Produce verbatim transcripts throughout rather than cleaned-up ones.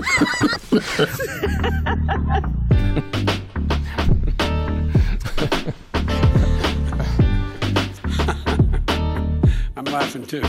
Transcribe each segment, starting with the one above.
I'm laughing too.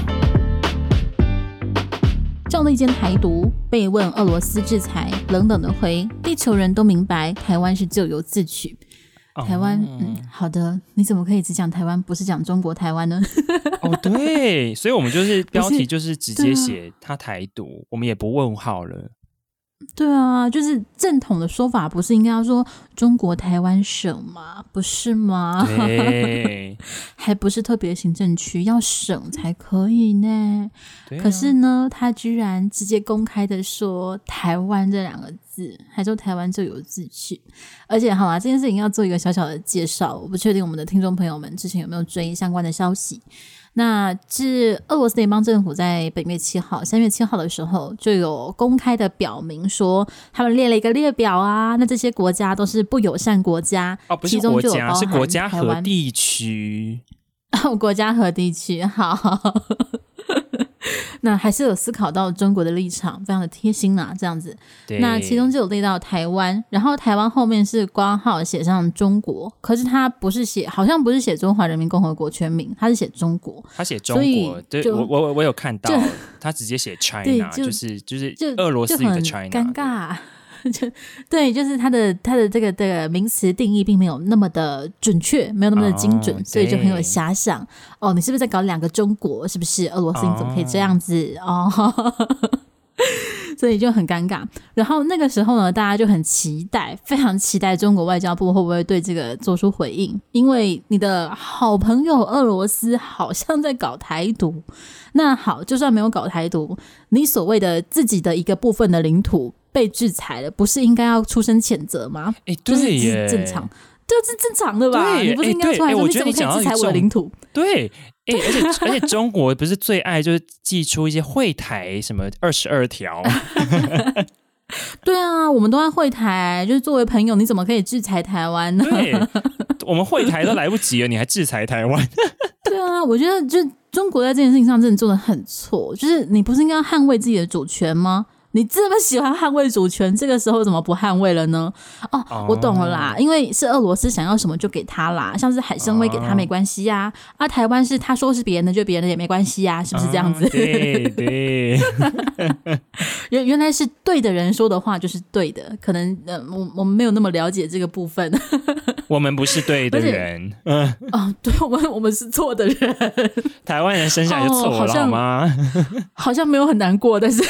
赵立坚台独被问俄罗斯制裁，冷冷的回：地球人都明白，台湾是咎由自取。台湾、哦、嗯，好的，你怎么可以只讲台湾，不是讲中国台湾呢？ 哦，对，所以我们就是标题就是直接写他台独、啊，我们也不问号了。 对啊，就是正统的说法，不是应该要说中国台湾省吗？不是吗？ 对， 还不是特别行政区，要省才可以呢。啊、可是呢，他居然直接公开的说台湾这两个字，还说台湾咎由自取。而且好啦，这件事情要做一个小小的介绍，我不确定我们的听众朋友们之前有没有追相关的消息。那是俄罗斯联邦政府在本月七号、三月七号的时候就有公开的表明说，他们列了一个列表啊，那这些国家都是不友善国家， 哦，不是国家，是国家和地区。 哦，国家和地区，好。那还是有思考到中国的立场，非常的贴心啊，这样子。那其中就有列到台湾，然后台湾后面是括号写上中国，可是他不是写，好像不是写中华人民共和国全名，他是写中国。 他写中国，对，我我我有看到，他直接写 China， 就, 就是就是俄罗斯语的 China， 尴尬。就对，就是它的它的这个这个名词定义并没有那么的准确，没有那么的精准，哦、所以就很有遐想。哦，你是不是在搞两个中国？是不是俄罗斯？你怎么可以这样子？哦，所以就很尴尬。然后那个时候呢，大家就很期待，非常期待中国外交部会不会对这个做出回应，因为你的好朋友俄罗斯好像在搞台独。那好，就算没有搞台独，你所谓的自己的一个部分的领土被制裁了，不是应该要出声谴责吗？ 哎，对耶， 就是正常，这是正常的吧？你不是应该出来说你怎么可以制裁我的领土？ 对，哎，而且而且中国不是最爱就是祭出一些会台什么二十二条。 对啊，我们都在会台，就是作为朋友，你怎么可以制裁台湾呢？ 对，我们会台都来不及了，你还制裁台湾？ 对啊，我觉得就中国在这件事情上真的做得很错，就是你不是应该要捍卫自己的主权吗？你这么喜欢捍卫主权，这个时候怎么不捍卫了呢？哦， oh. 我懂了啦，因为是俄罗斯想要什么就给他啦，像是海参崴给他没关系啊， oh. 啊，台湾是他说是别人的就别人的也没关系啊，是不是这样子？ Oh, 对对， 原原来是对的人说的话就是对的，可能呃，我我们没有那么了解这个部分。 我们不是对的人，嗯， 哦，对，我们我们是错的人。 台湾人生下来就错了、哦、好, 好吗？ 好像没有很难过，但是。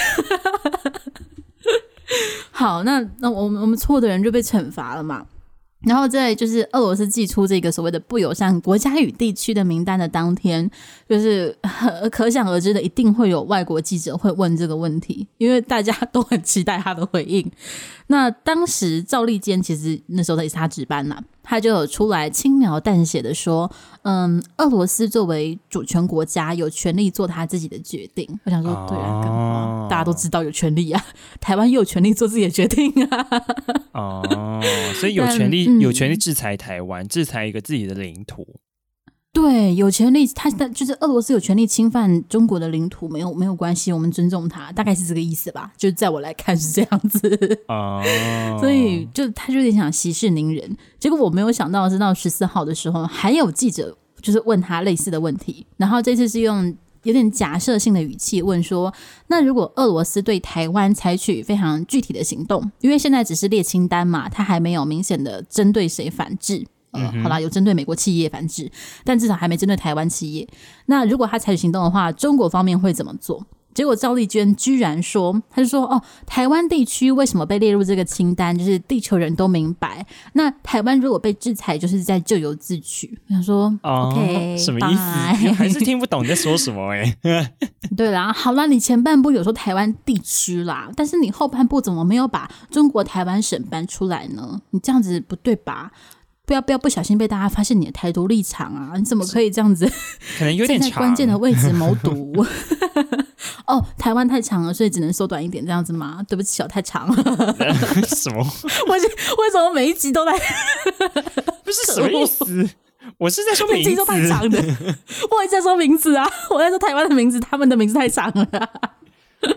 好，那那我们我们错的人就被惩罚了嘛。然后在就是俄罗斯寄出这个所谓的不友善国家与地区的名单的当天，就是可想而知的，一定会有外国记者会问这个问题，因为大家都很期待他的回应。那当时赵立坚其实那时候也是他值班啦，他就有出来轻描淡写的说，嗯，俄罗斯作为主权国家有权利做他自己的决定。我想说，对啊，干嘛？大家都知道有权利啊，台湾也有权利做自己的决定啊。 哦，所以有权利、嗯、有权利制裁台湾，制裁一个自己的领土。 对，有权利，他就是俄罗斯有权利侵犯中国的领土，没有没有关系，我们尊重他，大概是这个意思吧。就在我来看是这样子。哦，所以就他就有点想息事宁人。结果我没有想到是到十四号的时候，还有记者就是问他类似的问题，然后这次是用有点假设性的语气问说，那如果俄罗斯对台湾采取非常具体的行动，因为现在只是列清单嘛，他还没有明显的针对谁反制。呃，好啦，有针对美国企业反制，但至少还没针对台湾企业。那如果他采取行动的话，中国方面会怎么做？结果赵丽娟居然说，他就说哦，台湾地区为什么被列入这个清单，就是地球人都明白。那台湾如果被制裁，就是在咎由自取。我想说、哦、，OK， 什么意思？还是听不懂你在说什么哎、欸。 对啦，好啦，你前半部有说台湾地区啦，但是你后半部怎么没有把中国台湾省搬出来呢？你这样子不对吧？不要不要不小心被大家发现你的台独立场啊！你怎么可以这样子？ 可能有点长， 在关键的位置谋独。哦，台湾太长了，所以只能缩短一点，这样子吗？对不起哦，太长了。 什么？ 为为什么每一集都在？ 不是什么意思？我是在说名字， 每集都太长的。我也在说名字啊，我在说台湾的名字，他们的名字太长了。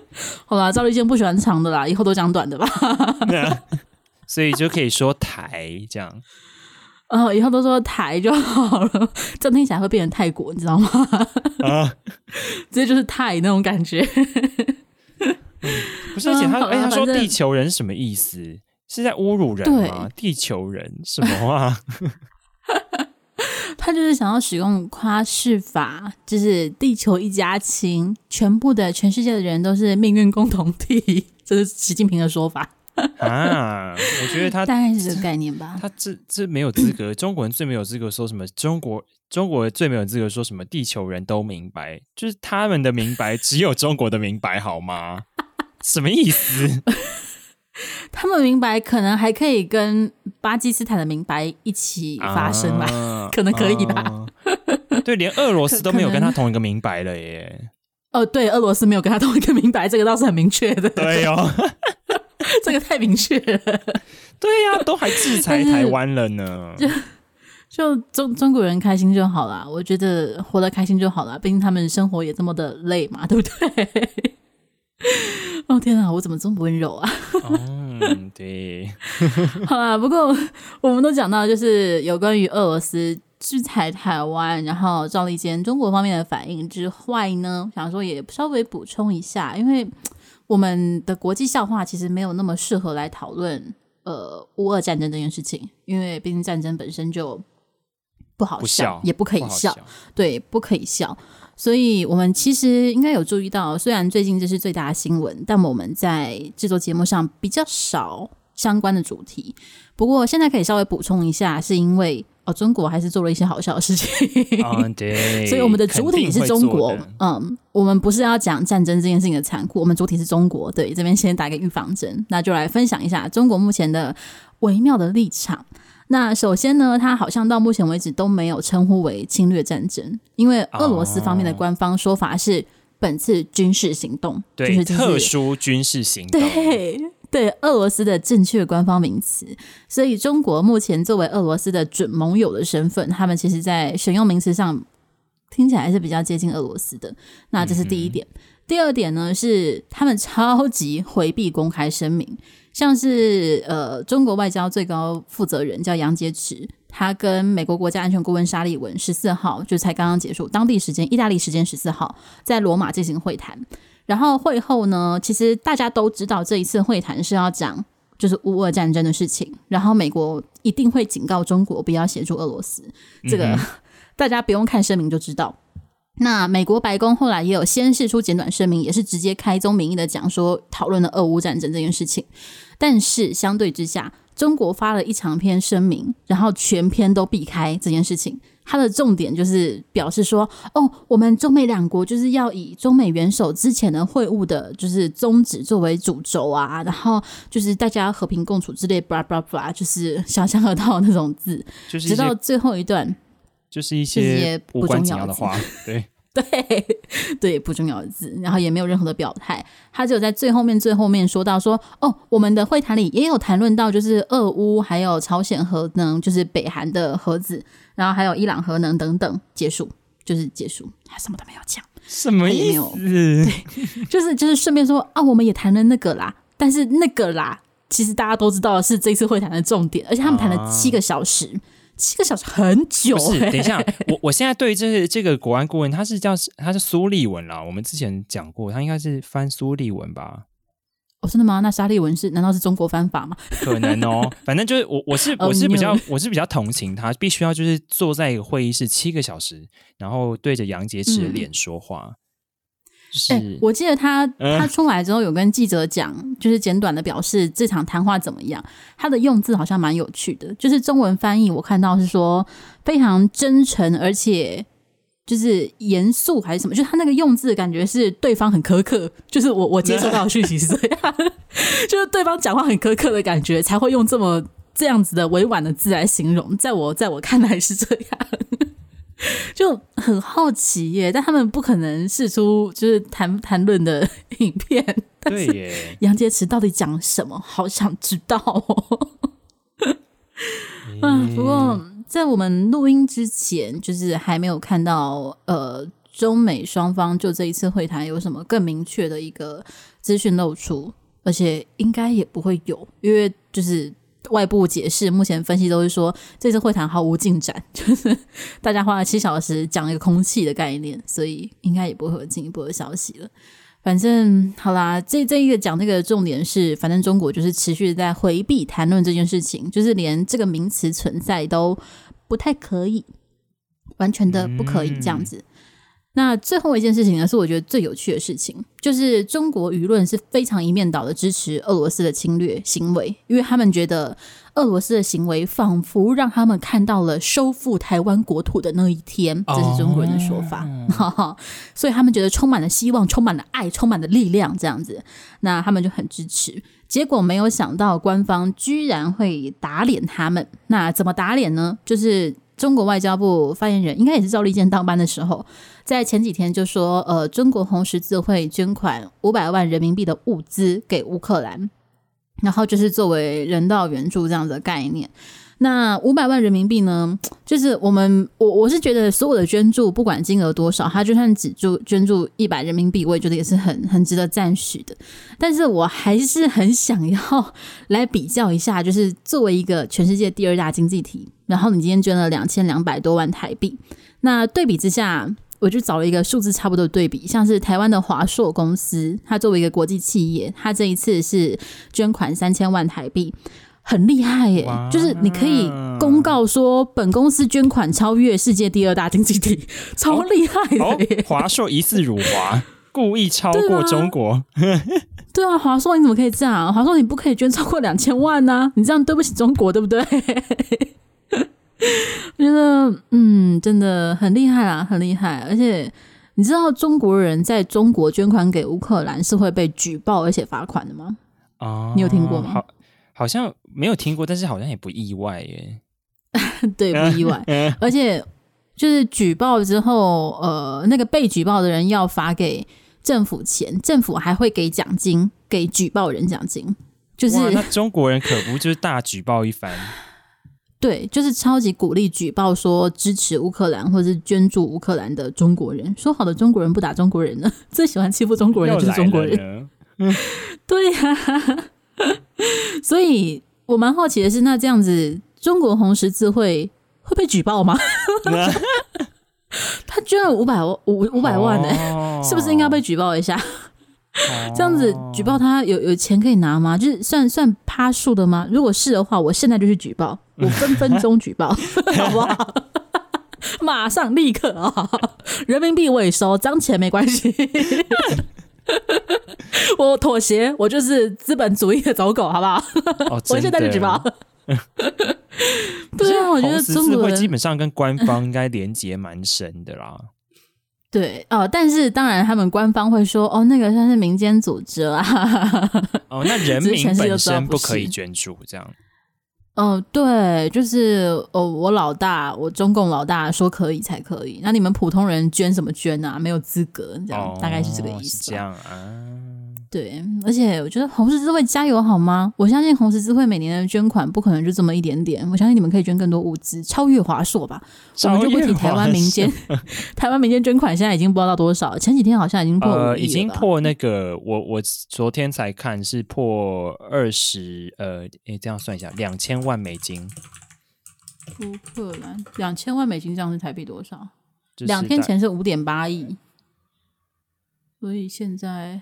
好啦，赵立坚不喜欢长的啦，以后都讲短的吧。 所以就可以说台这样。 哦，以后都说台就好了，这样听起来会变成泰国，你知道吗？啊，直接就是泰那种感觉。 不是，而且他，哎、欸，他说地球人是什么意思？是在侮辱人吗？地球人什么啊？ 他就是想要使用夸饰法，就是地球一家亲，全部的全世界的人都是命运共同体，这是习近平的说法。 啊，我觉得他大概是这个概念吧。 他这这没有资格，中国人最没有资格说什么中国中国最没有资格说什么地球人都明白，就是他们的明白只有中国的明白好吗？什么意思？ 他们明白可能还可以跟巴基斯坦的明白一起发生吧，啊、可能可以吧、啊。 对，连俄罗斯都没有跟他同一个明白了耶。 哦，对，俄罗斯没有跟他同一个明白，这个倒是很明确的。 对哦。 这个太明确了， 对呀、啊，都还制裁台湾了呢。 就就中中国人开心就好啦，我觉得活得开心就好啦，毕竟他们生活也这么的累嘛，对不对？哦天哪，我怎么这么温柔啊？ 嗯，对。 好啦，不过我们都讲到就是有关于俄罗斯制裁台湾，然后赵立坚中国方面的反应之外呢，想说也稍微补充一下，因为我们的国际笑话其实没有那么适合来讨论呃乌俄战争这件事情，因为毕竟战争本身就不好笑， 不笑也不可以笑， 不对，不可以笑。所以我们其实应该有注意到，虽然最近这是最大的新闻，但我们在制作节目上比较少相关的主题。不过现在可以稍微补充一下，是因为哦，中国还是做了一些好笑的事情， 嗯，对， 所以我们的主体是中国，嗯，我们不是要讲战争这件事情的残酷，我们主体是中国，对，这边先打个预防针，那就来分享一下中国目前的微妙的立场。那首先呢，他好像到目前为止都没有称呼为侵略战争，因为俄罗斯方面的官方说法是本次军事行动， 对， 就是、就是、 特殊军事行动， 对。对，俄罗斯的正确官方名词，所以中国目前作为俄罗斯的准盟友的身份，他们其实在选用名词上听起来是比较接近俄罗斯的。那这是第一点。嗯、第二点呢，是他们超级回避公开声明，像是呃，中国外交最高负责人叫杨洁篪，他跟美国国家安全顾问沙利文十四号就才刚刚结束，当地时间意大利时间十四号在罗马进行会谈。然后会后呢，其实大家都知道这一次会谈是要讲就是乌俄战争的事情，然后美国一定会警告中国不要协助俄罗斯，这个、嗯、大家不用看声明就知道。那美国白宫后来也有先释出简短声明，也是直接开宗明义的讲说讨论了俄乌战争这件事情。但是相对之下，中国发了一长篇声明，然后全篇都避开这件事情。它的重点就是表示说，哦，我们中美两国就是要以中美元首之前的会晤的，就是宗旨作为主轴啊，然后就是大家和平共处之类 ，blah blah blah， 就是想象得到那种字， 就是直到最后一段， 就是一些无关紧要的话，对。 对对，不重要的字，然后也没有任何的表态，他只有在最后面最后面说到说，哦，我们的会谈里也有谈论到就是俄乌还有朝鲜核能，就是北韩的核子，然后还有伊朗核能等等，结束就是结束，他什么都没有讲， 什么意思？ 对，就是就是顺便说啊，我们也谈了那个啦，但是那个啦，其实大家都知道是这次会谈的重点，而且他们谈了七个小时。啊七个小时很久、欸， 不是？等一下，我我现在对这这个国安顾问，他是叫他是苏利文啦。我们之前讲过，他应该是翻苏利文吧？ 哦，真的吗？那沙利文是难道是中国翻法吗？ 可能哦，反正就是我我是我是比较我是比较同情他，必须要就是坐在一个会议室七个小时，然后对着杨洁篪的脸说话。嗯就是欸、我记得他他出来之后有跟记者讲，就是简短的表示这场谈话怎么样。他的用字好像蛮有趣的，就是中文翻译我看到是说非常真诚，而且就是严肃还是什么，就是他那个用字感觉是对方很苛刻，就是我我接收到的讯息是这样，就是对方讲话很苛刻的感觉，才会用这么这样子的委婉的字来形容。在我在我看来是这样。就很好奇耶，但他们不可能释出就是谈谈论的影片。 对耶， 杨洁篪到底讲什么？好想知道哦。嗯，不过在我们录音之前，就是还没有看到呃中美双方就这一次会谈有什么更明确的一个资讯漏出，而且应该也不会有，因为就是外部解释，目前分析都是说这次会谈毫无进展，就是大家花了七小时讲一个空气的概念，所以应该也不会有进一步的消息了。反正好啦，这这一个讲这个重点是，反正中国就是持续在回避谈论这件事情，就是连这个名词存在都不太可以，完全的不可以这样子。嗯，那最后一件事情呢，是我觉得最有趣的事情，就是中国舆论是非常一面倒的支持俄罗斯的侵略行为，因为他们觉得俄罗斯的行为仿佛让他们看到了收复台湾国土的那一天，这是中国人的说法，哦，所以他们觉得充满了希望，充满了爱，充满了力量这样子，那他们就很支持。结果没有想到官方居然会打脸他们，那怎么打脸呢？就是中国外交部发言人应该也是赵立坚当班的时候，在前几天就说，呃，中国红十字会捐款五百万人民币的物资给乌克兰，然后就是作为人道援助这样的概念。那五百万人民币呢，就是我们我我是觉得所有的捐助不管金额多少，他就算只助捐助一百人民币，我也觉得也是很很值得赞许的。但是我还是很想要来比较一下，就是作为一个全世界第二大经济体，然后你今天捐了两千两百多万台币，那对比之下，我就找了一个数字差不多的对比，像是台湾的华硕公司，它作为一个国际企业，它这一次是捐款三千万台币。很厉害耶，就是你可以公告说本公司捐款超越世界第二大经济体，超厉害的耶。 华硕疑似辱华，故意超过中国。 对啊，华硕你怎么可以这样？华硕你不可以捐超过两千万啊，你这样对不起中国，对不对？我觉得嗯，真的很厉害啦，很厉害。而且你知道中国人在中国捐款给乌克兰是会被举报而且罚款的吗？ 哦， 你有听过吗？ 好，好像没有听过，但是好像也不意外耶。 对，不意外。而且就是举报之后，呃，那个被举报的人要罚给政府钱，政府还会给奖金，给举报人奖金。就是哇，那中国人可不就是大举报一番？ 对，就是超级鼓励举报说支持乌克兰或是捐助乌克兰的中国人。说好的中国人不打中国人呢？最喜欢欺负中国人的就是中国人。对呀、啊。所以我蛮好奇的是，那这样子中国红十字会会被举报吗？他捐了五百五五百万呢、欸哦，是不是应该被举报一下？哦、这样子举报他有有钱可以拿吗？就是算算趴数的吗？如果是的话，我现在就去举报，我分分钟举报，好不好？马上立刻啊、哦！人民币我也收，脏钱没关系。我妥协，我就是资本主义的走狗，好不好？哦、我现在就举报。对啊，我觉得中国人基本上跟官方应该连结蛮深的啦。 对哦，但是当然他们官方会说，哦，那个算是民间组织啦。 哦，那人民本身不可以捐助，这样。 哦，对，就是哦，我老大，我中共老大说可以才可以，那你们普通人捐什么捐啊？没有资格，这样、哦、大概是这个意思。 是这样啊。 对，而且我觉得红十字会加油好吗？我相信红十字会每年的捐款不可能就这么一点点，我相信你们可以捐更多物资，超越华硕吧。我们就不提台湾民间，台湾民间捐款现在已经不知道到多少，前几天好像已经破五亿了吧、呃、 已经破那个，我我昨天才看是破二十，呃，诶，这样算一下，两千万美金。 乌克兰两千万美金，这样是台币多少？两、就是、天前是五点八亿，所以现在。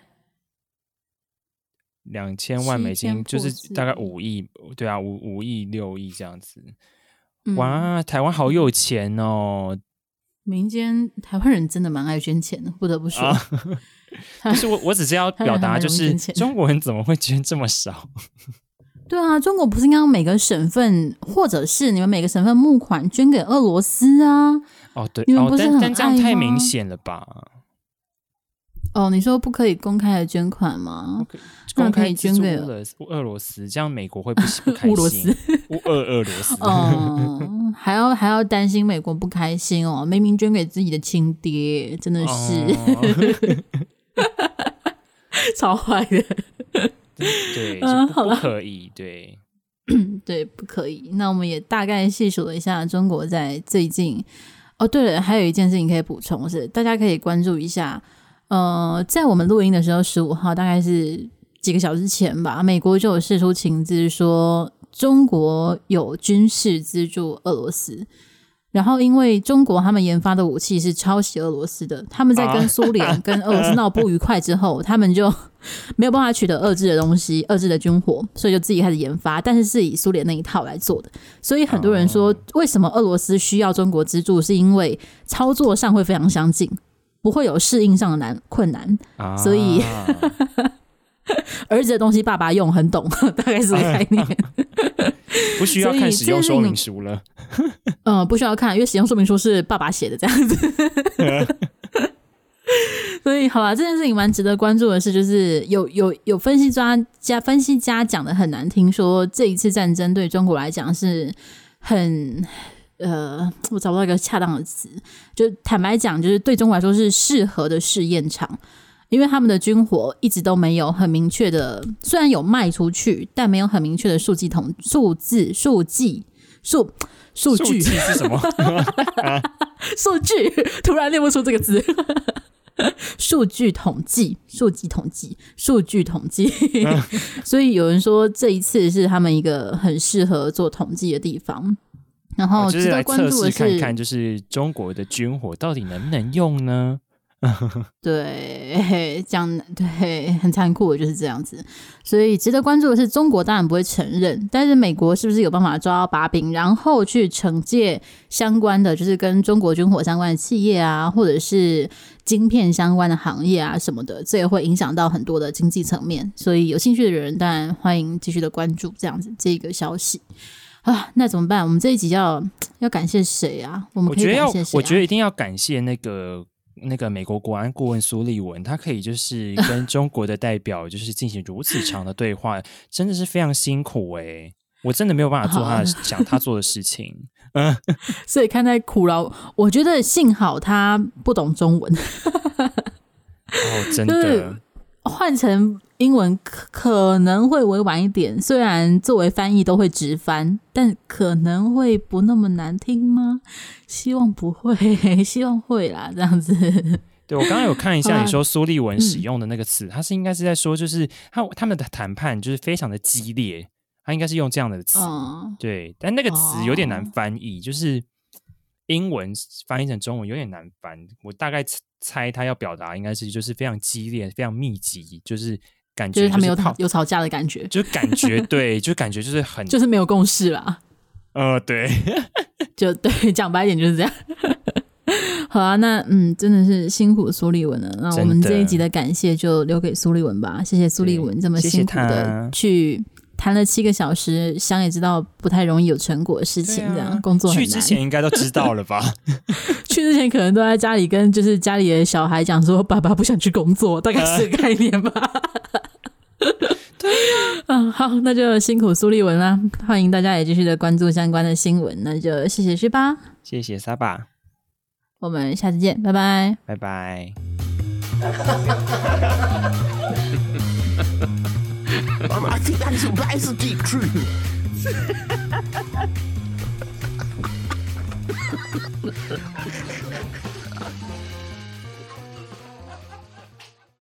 两千万美金就是大概五亿，对啊，五五亿六亿这样子。嗯、哇，台湾好有钱哦！ 民间台湾人真的蛮爱捐钱的，不得不说。啊、 就是我，我只是要表达，就是中国人怎么会捐这么少？ 对啊，中国不是应该每个省份，或者是你们每个省份募款捐给俄罗斯啊？ 哦，对， 你们不是很爱吗？ 哦、但, 但这样太明显了吧？ 哦，你说不可以公开的捐款吗？ 公开捐给俄罗斯，这样美国会不不开心？ 俄罗斯， 乌俄俄罗斯， 哦，还要还要担心美国不开心哦，明明捐给自己的亲爹，真的是、哦、超坏的。 对，嗯、不, 不可以，对， 对，不可以。那我们也大概细数了一下中国在最近。哦，对了，还有一件事情可以补充是，大家可以关注一下。 呃，在我们录音的时候，十五号大概是几个小时前吧，美国就有释出情资说中国有军事资助俄罗斯。然后因为中国他们研发的武器是抄袭俄罗斯的，他们在跟苏联、啊、跟俄罗斯闹不愉快之后他们就没有办法取得遏制的东西，遏制的军火，所以就自己开始研发，但是是以苏联那一套来做的。所以很多人说为什么俄罗斯需要中国资助，是因为操作上会非常相近，不会有适应上的难困难、啊、所以儿子的东西爸爸用很懂，大概是这个概念不需要看使用说明书了嗯，不需要看，因为使用说明书是爸爸写的这样子所以好啦，这件事情蛮值得关注的是，就是有有有分析专家分析家讲的很难听，说这一次战争对中国来讲是很呃，我找不到一个恰当的词，就坦白讲，就是对中国来说是适合的试验场。因为他们的军火一直都没有很明确的，虽然有卖出去，但没有很明确的数据统数字数据数数据是什么？ 数据突然念不出这个字。数据统计，数据统计，数据统计。所以有人说这一次是他们一个很适合做统计的地方。然后值得关注的是， 就是来测试看看，就是中国的军火到底能不能用呢？ 对，讲对，很残酷的就是这样子。所以值得关注的是，中国当然不会承认，但是美国是不是有办法抓到把柄，然后去惩戒相关的，就是跟中国军火相关的企业啊，或者是晶片相关的行业啊什么的，这也会影响到很多的经济层面。所以有兴趣的人当然欢迎继续的关注这样子这个消息啊。那怎么办？我们这一集要要感谢谁啊？我们可以感谢谁啊？ 我觉得一定要感谢那个那个美国国安顾问苏利文，他可以就是跟中国的代表就是进行如此长的对话，真的是非常辛苦哎、欸，我真的没有办法做他的想他做的事情。嗯， 所以看在苦劳，我觉得幸好他不懂中文。 哦，真的。 换成英文可能会委婉一点，虽然作为翻译都会直翻，但可能会不那么难听吗？希望不会，希望会啦，这样子。 对，我刚刚有看一下你说苏利文使用的那个词，他、嗯、是应该是在说就是他他们的谈判就是非常的激烈，他应该是用这样的词、嗯、对，但那个词有点难翻译、哦、就是英文翻译成中文有点难翻，我大概猜他要表达应该是就是非常激烈非常密集，就是感觉就是他们 有, 有吵架的感觉， 就感觉对，就感觉就是很就是没有共识啦。 呃，对， 就对，讲白一点就是这样。好啊，那嗯，真的是辛苦苏利文了。那我们这一集的感谢就留给苏利文吧，谢谢苏利文这么辛苦的去谈了七个小时，想也知道不太容易有成果的事情，这样、啊、工作很难。 去之前应该都知道了吧？ 去之前可能都在家里跟就是家里的小孩讲说，爸爸不想去工作，大概是个概念吧。对呀、啊，嗯，好，那就辛苦苏利文啦，欢迎大家也继续的关注相关的新闻，那就谢谢旭巴， 谢谢沙巴， 我们下次见，拜拜， 拜拜。 Um, I think that is, that is a deep truth.